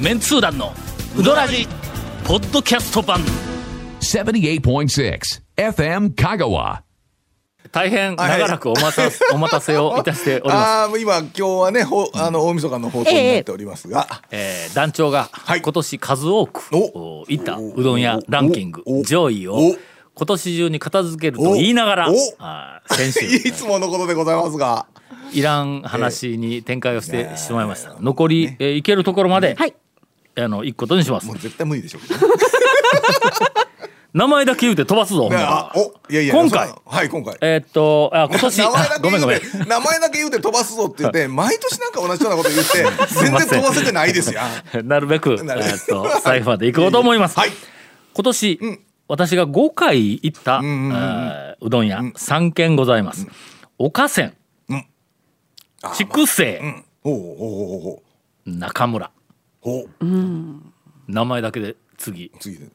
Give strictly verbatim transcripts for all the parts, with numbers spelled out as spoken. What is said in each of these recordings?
メンツー団のウドラジポッドキャスト版ななじゅうはちてんろく エフエム 香川。 大変長らくお待たせ、お待たせをいたしております。 ああ、今今日はね、ほあの大晦日の放送になっておりますが、 えー、団長がはい今年数多くお行ったうどん屋ランキングお上位をお今年中に片付けると言いながらおあー先週いつものことでございますが、 いらん話に展開をしてしまいました。残り、えー、行けるところまで、 はい、 あの行くことにしますもう。絶対無理でしょうけど名前だけ言うて飛ばすぞ。ほんならあおいやいや今回そんなはい今回えーっとあ今年名前だけあごめんごめん言うて名前だけ言うて飛ばすぞって言って毎年なんか同じようなこと言って全然飛ばせてないですやん。 なるべくえなるーっと最後まで行こうと思います。 はい今年、 ん私がごかい行った、 んうんうんえーうどん屋、さんけんございます。岡線、筑西、 ほうほうほうほうほう中村、 ほう名前だけで次次で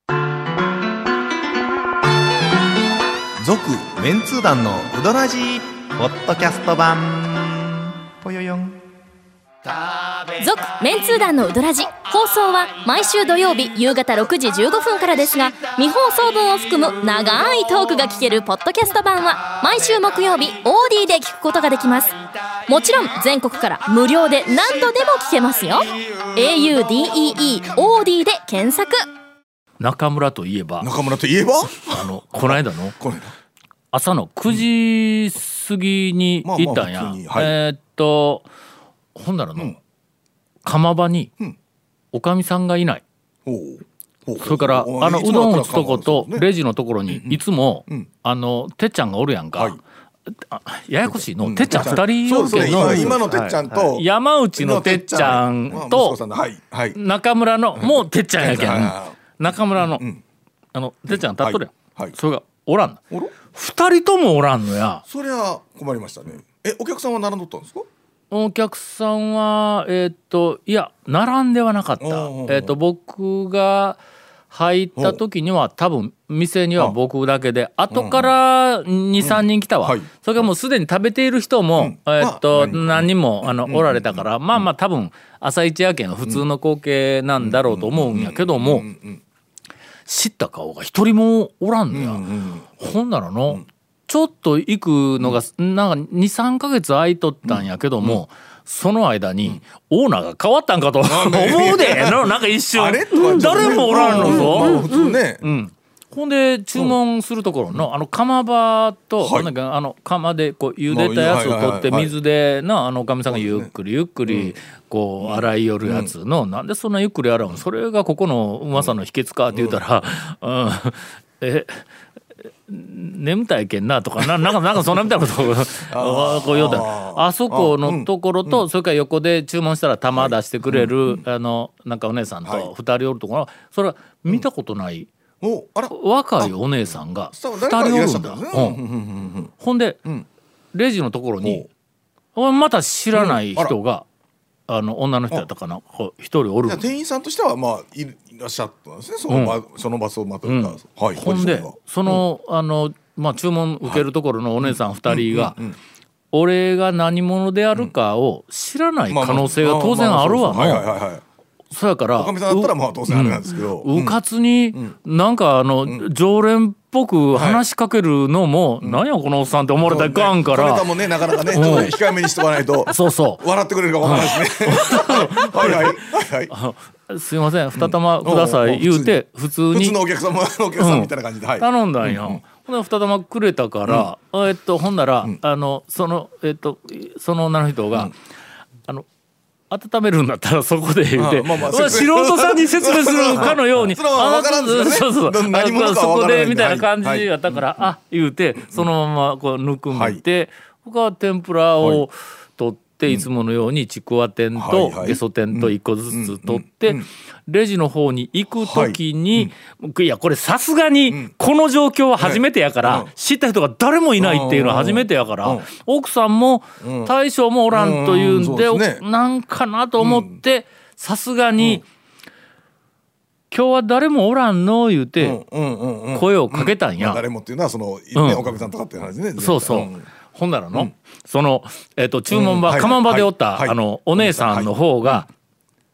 続メンツー団のウドラジーポッドキャスト版ぽよよん。 続メンツー団のウドラジ放送は毎週土曜日夕方ろくじじゅうごふんからですが、未放送分を含む長いトークが聞けるポッドキャスト版は毎週木曜日 オーディー で聞くことができます。もちろん全国から無料で何度でも聞けますよ。 エーユーディーイーイー オーディー で検索。 中村といえば中村といえばあのこの間のこれ朝のくじ過ぎに行ったんや、 まあまあ普通にはいえーっとほんならの、 ん釜場にんおかみさんがいない、 ほうほうそれからほあのうどん打つとことレジジのところにいつも、 んあのてっちゃんがおるやんか、 はいあややこしいの、てっちゃんふたりおるそうですねけど、 今今のてっちゃんと山内のてっちゃんまあ息と子さんのはいはい中村のもうてっちゃんやけん、 はいはいはい中村の、 んあのてっちゃん立っとるやん、 はいはいそれがおらんのおろ二人ともおらんのや。 そりゃ困りましたね。えお客さんは並んどったんですか？ お客さんはえーっといや並んではなかった。 おうおうおうえーっと僕が入った時には多分店には僕だけで、後からにさんにん来たわ、 はいそれからもうすでに食べている人も、 うんえーっとあ何何人もあのおられたから、まあまあ多分朝一夜景の普通の光景なんだろうと思うんやけども、知った顔が一人もおらんのや、ほんならの、ちょっと行くのがなんかにさんかげつ空いとったんやけども、その間にオーナーが変わったんかと思うでのなんか一瞬あれとか誰もおらんのぞ、 まあ普通ね。 うん、ほんで注文するところのあの釜場と、 はいなんかあの釜でこう茹でたやつを取ってまあはいはいはいはい水でなあのおかみさんがゆっくりゆっくりこう洗いよるやつの、なんでそんなゆっくり洗うの、それがここのうまさの秘訣かって言ったら、うんえ眠たいけんなとかな、なんかなんかそんなみたいなことをこう言うたら、あそこのところとそれから横で注文したら玉出してくれるあのなんかお姉さんとふたりおるところ、それは見たことないおあら若いお姉さんがそうふた誰かいらっしゃりおるんだ。 ったんですね。 うんほんでんレジのところにまた知らない人があの女の人やったかな一人おるじゃあ店員さんとしてはまあいいらっしゃったんですね。その場その場所をまとめたはいほんでそのあのまあ注文受けるところのお姉さんふたりが俺が何者であるかを知らない可能性が当然あるわはいはいの。 はいはい。 そやからおかみさんだったらまあ当然あれなんですけど。 うかつになんかあの常連っぽく話しかけるのもなんやこのおっさんって思われたらいかんからそれともねなかなかねちょっとね控えめにしとかないとそうそう笑ってくれるかわからないですね。はいはいはいはい。 すいません二玉ください言うて普通に普通のお客様のお客さんみたいな感じではい。 頼んだんや、ほんで二玉くれたから、えっとほんなら、あのそのえっとその女の人が、あの温めるんだったらそこで言うて、 あまあまあまあ素人さんに説明するかのようにそれは分からんですよねそうそうど何者かそこは分からないんででみたいな感じはいやったから、あ言うてそのままこうぬくめて、他は天ぷらを取っていつものようにちくわ天とはいはいゲソ天と一個ずつ取ってレジの方に行く時に、いやこれさすがにこの状況は初めてやから、知った人が誰もいないっていうのは初めてやから、 うん奥さんも大将もおらんというんで、 うんそうですねなんかなと思ってさすがに、今日は誰もおらんの言うて声をかけたんや、 まあ誰もっていうのはそのねうんおかみさんとかっていう話ね。 そうそう、 んほんならの、その、えっと注文場、 うんはい釜場でおった、 はいあのお姉さんの方が、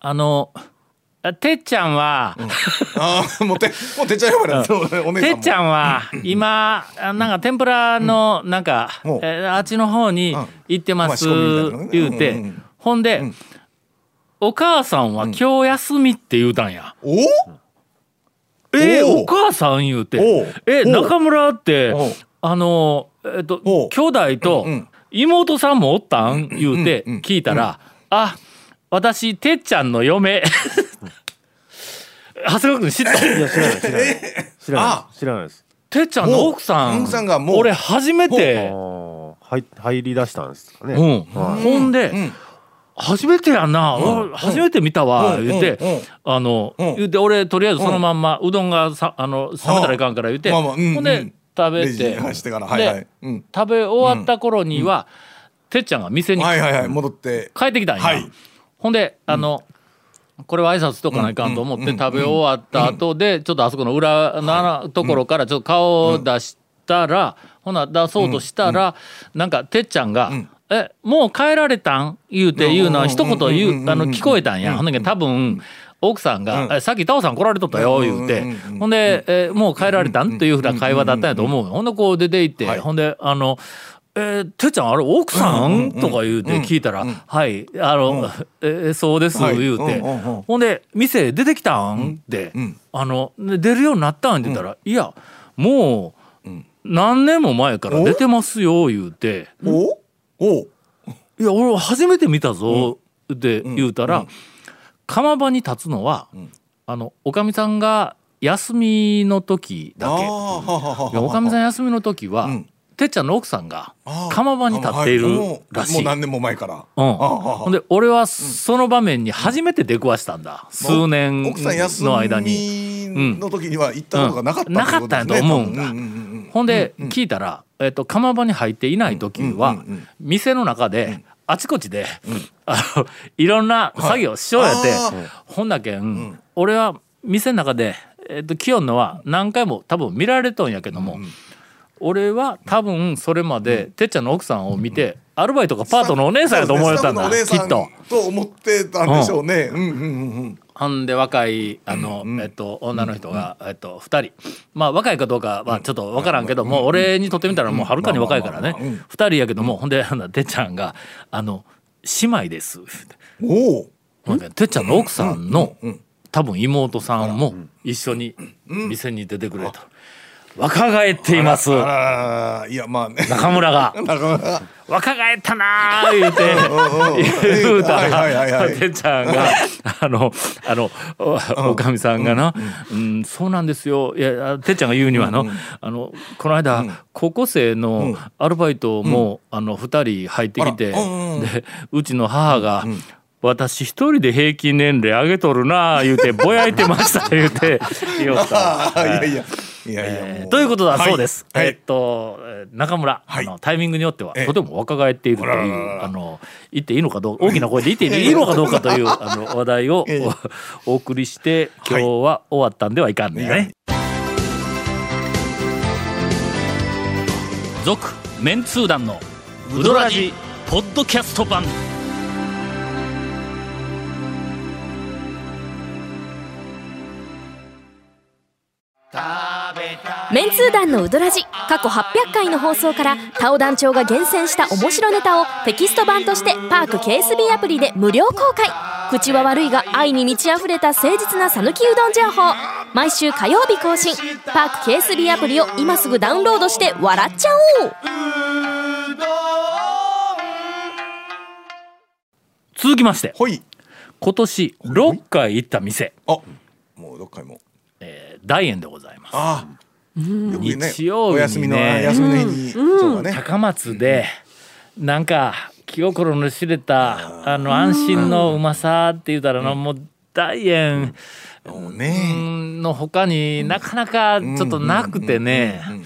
あのてっちゃんは、 うん、ああもうてもうてっちゃん呼ばれた、うん、お姉さんもてっちゃんは今なんか天ぷらのなんか、 うんえー、あっちの方に行ってます、 うんまあ仕込みみたいなのね言うて、 うんうん、 ほんで、うん、お母さんは今日休みって言うたんや、 うん、おえー、お母さん言うてえ中村ってあのえっと兄弟と妹さんもおったん言うて聞いたら、あ私てっちゃんの嫁長谷川君知った？ いや知らない知らない知らない知らないです。 てっちゃんの奥さん、 奥さんがもう俺初めて入入り出したんですかね。 うん、はい、ほんで、うん、初めてやな、うん、初めて見たわ、うん、言って、うん、あの、うん、言って俺とりあえずそのまんま、うん、うどんがさあの冷めたらいかんから言って、まあまあうん、ほんで食べて、 はいはいうん、 食べ終わった頃には、うん、てっちゃんが店に、 はいはいはい、戻って帰ってきたんや、はい、ほんであの、うん、これは挨拶しとかないかんと思って食べ終わった後でちょっとあそこの裏のところからちょっと顔を出したら、ほな出そうとしたらなんかてっちゃんが「えもう帰られたん?」言うて言うのは一言言うあの聞こえたんや。ほんだけど多分奥さんが「さっきタオさん来られとったよ」言うて、ほんで「えもう帰られたん?」というふうな会話だったんやと思う。ほんでこう出て行ってほんであのえー、てっちゃんあれ奥さん、うん、とか言うて聞いたら「うん、はいあの、うんえー、そうです」言うて、はいうんうんうん、ほんで「店出てきたん?」って、うん、あの出るようになったんって言ったら「うん、いやもう何年も前から出てますよ」言うて「おおいや俺初めて見たぞ」って言うたら、うん、釜場に立つのは、うん、あのおかみさんが休みの時だけ。おかみさん休みの時は、うんてっちゃんの奥さんが釜場に立っているらしい。 もう何年も前から。 うん。ほんで俺はその場面に初めて出くわしたんだ。うん、数年の間に。奥さん休みの時には行ったことがなかった、ねうん、なかったんやと思うんだ。うんうん、 ほんで聞いたら、えっと釜場に入っていない時は店の中であちこちで、うん、あのいろんな作業しようやって、はい、ほんだけん、うん、俺は店の中でえっと清んのは何回も多分見られとんやけども。うん俺は多分それまで、うん、てっちゃんの奥さんを見て、うん、アルバイトかパートのお姉さんやと思われたんだ、ね、きっとと思ってたんでしょうね。うんうんうんうん。 ほんで若いあの、うん、えっと女の人が、うん、えっとふたりまあ若いかどうかはちょっと分からんけども、うん、俺にとってみたらもうはるかに若いからねふたりやけども、ほんでてっちゃんがあの姉妹ですおおてっちゃんの奥さんの、うんうん、多分妹さんも一緒に店に出てくれと。若返っています。 ああいやまあね中村が若返ったなー言うて言うたらてっちゃんがあのあのおかみさんがな、うん、うん、そうなんですよ。いやてっちゃんが言うにはの、うん、あのこの間、うん、高校生のアルバイトも、うん、あのふたり入ってきて、うん、でうちの母が、うん私一人で平均年齢上げとるな言うてぼやいてました言うて言おった。 いやいやいやいや、 えー、ということだそうです。はい、えー、っと中村、はい、あのタイミングによってはとても若返っているという、えー、あの言っていいのかどうか大きな声で言っていいのかどうかというあの話題をお送りして今日は終わったんではいかんね。はい、続メンツー団のウドラジポッドキャスト版。 メンツー団のウドラジ過去はっぴゃっかいの放送からタオ団長が厳選した面白ネタをテキスト版としてパーク ケーエスビー アプリで無料公開。口は悪いが愛に満ち溢れた誠実な讃岐うどん情報毎週火曜日更新。パーク ケーエスビー アプリを今すぐダウンロードして笑っちゃおう。 続きまして、 はい、 今年ろっかい行った店、 あもうろっかいも、 えー、大円でございます。 あうん、日曜日にね、お休みの休みの日に、 うんそうね、高松でなんか気心の知れたあの安心のうまさって言うたらの、うん、もう大円の他になかなかちょっとなくてね、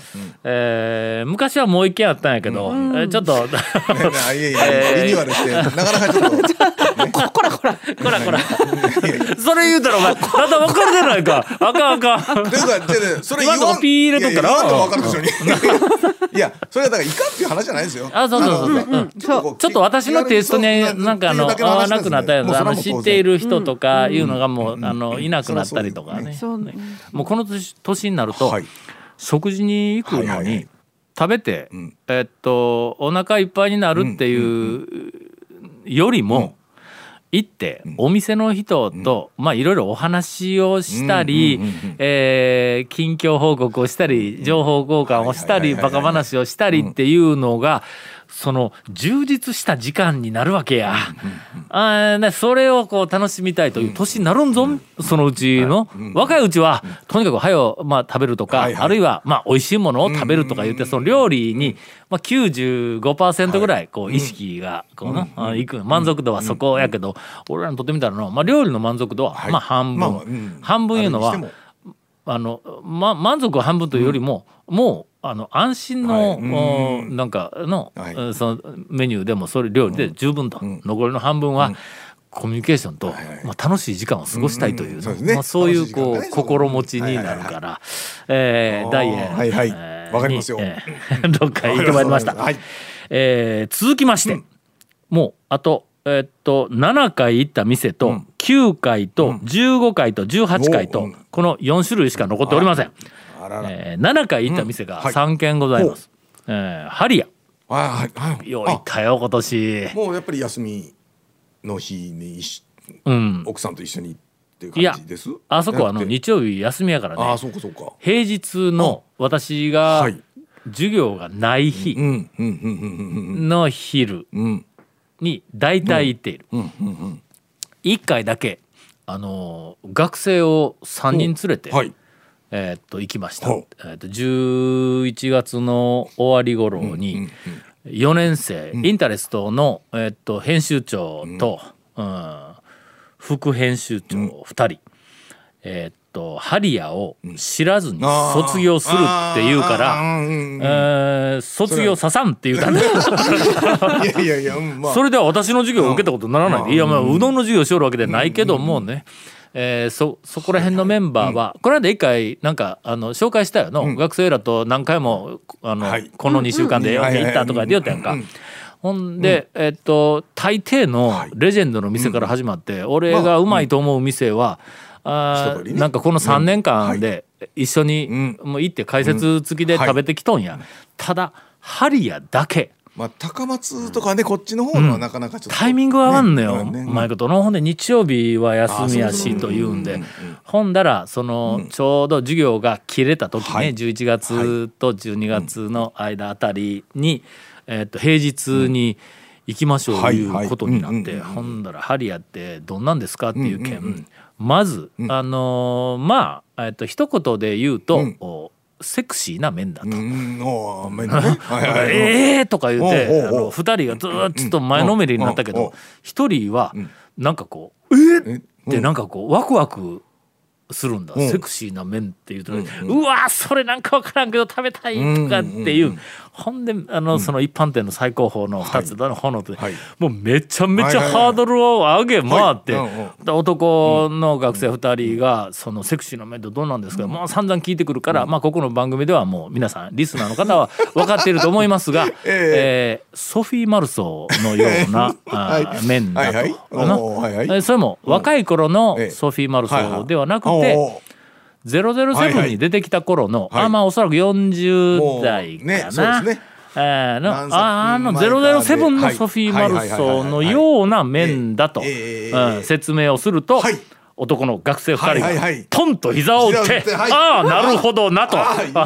えー、昔はもう一軒あったんやけど、うん、えー、ちょっとねいやいやリニューアルしてなかなかちょっと、ね、 ここらこらこらこらそれ言うたらお前また分かるじゃないかあかんあかんというかそれ言わんピー入れとくから言わんと分かるでしょいやそれはだからいかんっていう話じゃないですよ。 あそうそうそう、うんうん、ちょっと私のテイストになんかあの合わなくなったやつ、あの知っている人とかいうのがもう、うん、あのいなくなったりとかね、うん、ねもうこの 年, 年になると、はい、食事に行くのに、はいはいはい、食べて、うん、えっとお腹いっぱいになるっていうよりも、うん、行ってお店の人と、うん、まあいろいろお話をしたり、えー、近況報告をしたり情報交換をしたりバカ話をしたりっていうのがその充実した時間になるわけや。あね、それをこう楽しみたいという年になるんぞ、そのうちの若いうちはとにかくはよ、まあ、食べるとか、はいはい、あるいはまあ美味しいものを食べるとか言ってその料理にまあ きゅうじゅうごパーセント ぐらいこう意識がこうの、うん、いく満足度はそこやけど、俺らにとってみたらの、まあ、料理の満足度はまあ半分、まあうん、半分いうのはあの、ま、満足は半分というよりも、うん、もうあの安心の、はい、なんかの、はい、そのメニューでもそれ料理で十分と、うん、残りの半分は、うん、コミュニケーションと、はいはい、まあ、楽しい時間を過ごしたいという、うんうん、そうですね、まあ、そういうこう、ね、心持ちになるから、はいはいはい、えー、大円、 はいはい、えー、わかりますよ、 えー、ろっかい行ってまいりました、はい、えー、続きまして、うん、もうあと、えー、っとななかい行った店と、うん、きゅうかいとじゅうごかいとじゅうはちかいと、うん、このよん種類しか残っておりません。あらら、えー、ななかい行った店がさんけんございます、うん、はい、えー、ハリア、 はいはい、 よう行ったよ今年。 もうやっぱり休みの日に、うん、奥さんと一緒にっていう感じです。いやあそこはあの日曜日休みやからね。 あ、そうかそうか。 平日の私が授業がない日の昼に大体行っている。いっかいだけあの学生をさんにん連れて、はい、えー、っと行きました。えー、っとじゅういちがつの終わり頃によねん生、うん、インタレストの、えー、っと編集長と、うん、副編集長ふたり、うん、えー、っとハリアを知らずに卒業するって言うから、えー、卒業ささんって言うたんだいやいやいや、まあ、それでは私の授業を受けたことにならないで、いや、まあ、うどんの授業しよるわけではないけどもね、えー、そ, そこら辺のメンバーは、はいはい、この間一回なんかあの紹介したよの、うん、学生らと何回もあの、はい、このにしゅうかんで行ったとかで言ったやんか、うんうん、ほんで、うん、えー、っと大抵のレジェンドの店から始まって、はい、俺がうまいと思う店は、まあ、あ、ね、なんかこのさんねんかんで一緒に、うん、もう行って解説付きで食べてきとんや、うん、はい、ただハリアだけ、 まあ、高松とかね、こっちの方のはなかなかちょっと、 うん、タイミングが合わんのよ、ね、うまいことの。ほんで日曜日は休みやしというんで、ほんだらそのちょうど授業が切れた時ね、はい、じゅういちがつとじゅうにがつの間あたりに、えー、と平日に行きましょうということになって、ほんだらハリアってどんなんですかっていう件、うんうんうん、まず、うん、あのー、まあ、えー、と一言で言うと、うん、セクシーな麺だと、うん、お麺だねえーとか言うて、あのふたりがずっと前のめりになったけど、ひとりはなんかこう、えーってなんかこうワクワクするんだ、うん、セクシーな麺っていうと、ね、うんうん、うわそれなんか分からんけど食べたいとかっていう、うんうんうん、ほんであの、うん、その一般店の最高峰のふたつの炎と、はい、もうめちゃめちゃハードルを上げ回って、はいはいはい、男の学生ふたりがそのセクシーな麺ってどうなんですか、うん、もう散々聞いてくるから、うん、まあ、ここの番組ではもう皆さんリスナーの方は分かっていると思いますが、えーえー、ソフィー・マルソーのような、はい、麺だと、はいはいはい、それも若い頃のソフィー・マルソーではなくて、ゼロゼロセブンに出てきた頃の、はいはい、あ、まあおそらくよんじゅう代かな、ね、そうですね、えー、のあのゼロゼロセブンのソフィー・マルソーのような面だと説明をすると、はい、男の学生ふたりがトンと膝を打って、はい、ああなるほどなと。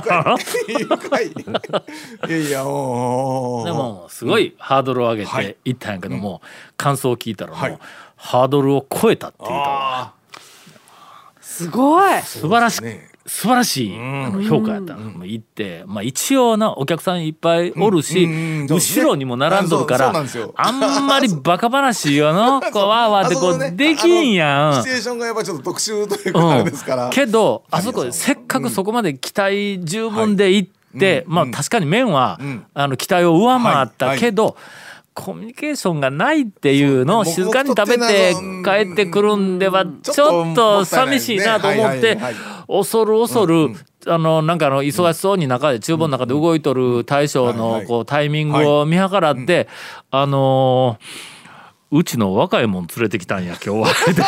でもすごいハードルを上げていったんやけども、うん、感想を聞いたらもう、はい、ハードルを超えたっていうか、 すごい素晴らしい、ね、素晴らしいあの評価やったの、うん、行って、まあ、一応なお客さんいっぱいおるし、うんうんうん、後ろにも並んどるから、あんまりバカ話よのこうわーわーってこうできんやん。 シチュエーションがやっぱちょっと特殊というかあれですから、 うん、けどあそこせっかくそこまで期待十分で行ってで、 うん、 まあ確かに麺は、うん、あの期待を上回ったけど、はいはい、コミュニケーションがないっていうのを静かに食べて帰ってくるんではちょっと寂しいなと思って恐る恐る、うんうん、あのなんかあの忙しそうに中で厨房の中で動いとる大将のこうタイミングを見計らってあのーうちの若いもん連れてきたんや今日は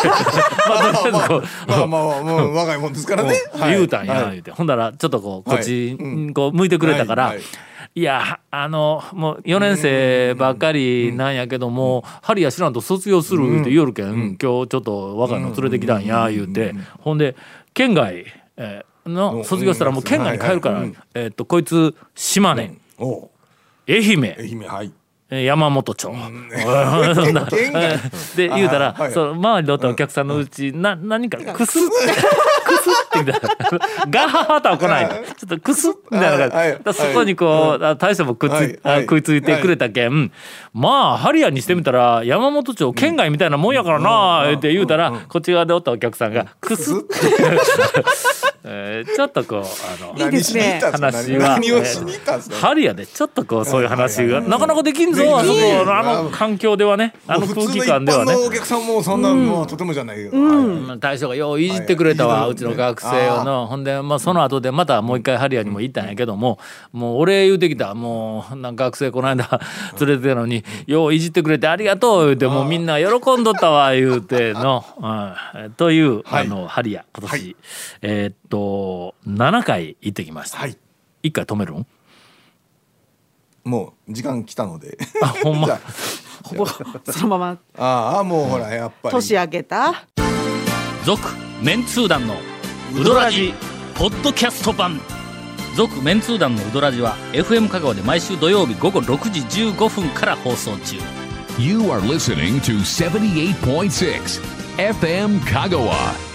まあまあまあ若いもんですからね言うたんや言うて、ほんだらちょっとこうこっちこう向いてくれたから、いやあのもうよねん生ばっかりなんやけども春や知らんと卒業するって言うるけん、今日ちょっと若いの連れてきたんや言うて、ほんで県外の卒業したらもう県外に帰るから、えっとこいつ島根、愛媛、 愛媛はい山本町、うん、で言うたら、はい、その周りでおったお客さんのうち、うん、な何かクスックスッって言ったらガハハとは来ないの、ちょっとクスッみたいな感じ、はい、そこにこう、はい、大将もくっつ、はいはい、食いついてくれたけん、はい、まあハリアにしてみたら山本町県外みたいなもんやからなーって言うたら、こっち側でおったお客さんがクスッえー、ちょっとこうあのいいですね話は何をしに行ったんですか、 ハリアでちょっとこうそういう話がなかなかできんぞ、あそこのあの環境ではね、あの空気感ではね、 普通の一般のお客さんもそんなもうとてもじゃないけど、 うんはい、大将がよういじってくれたわ、はい、うちの学生をの、ほんでまあその後でまたもう一回ハリアにも行ったんやけども、もう俺言うてきた、もうなんか学生この間連れてたのによういじってくれてありがとう言うて、もうみんな喜んどったわ言うての、うん、という、はい、あのハリア今年、はい、えー、っとななかい行ってきました、はい、いっかい止めるん？ もう時間来たのであほんまほぼそのままああもうほらやっぱり年明けた続メンツー団のウドラジポッドキャスト版。続メンツー団のウドラジは エフエム 香川で毎週土曜日午後ろくじじゅうごふんから放送中。 You are listening to セブンティーエイトポイントシックス エフエム 香川。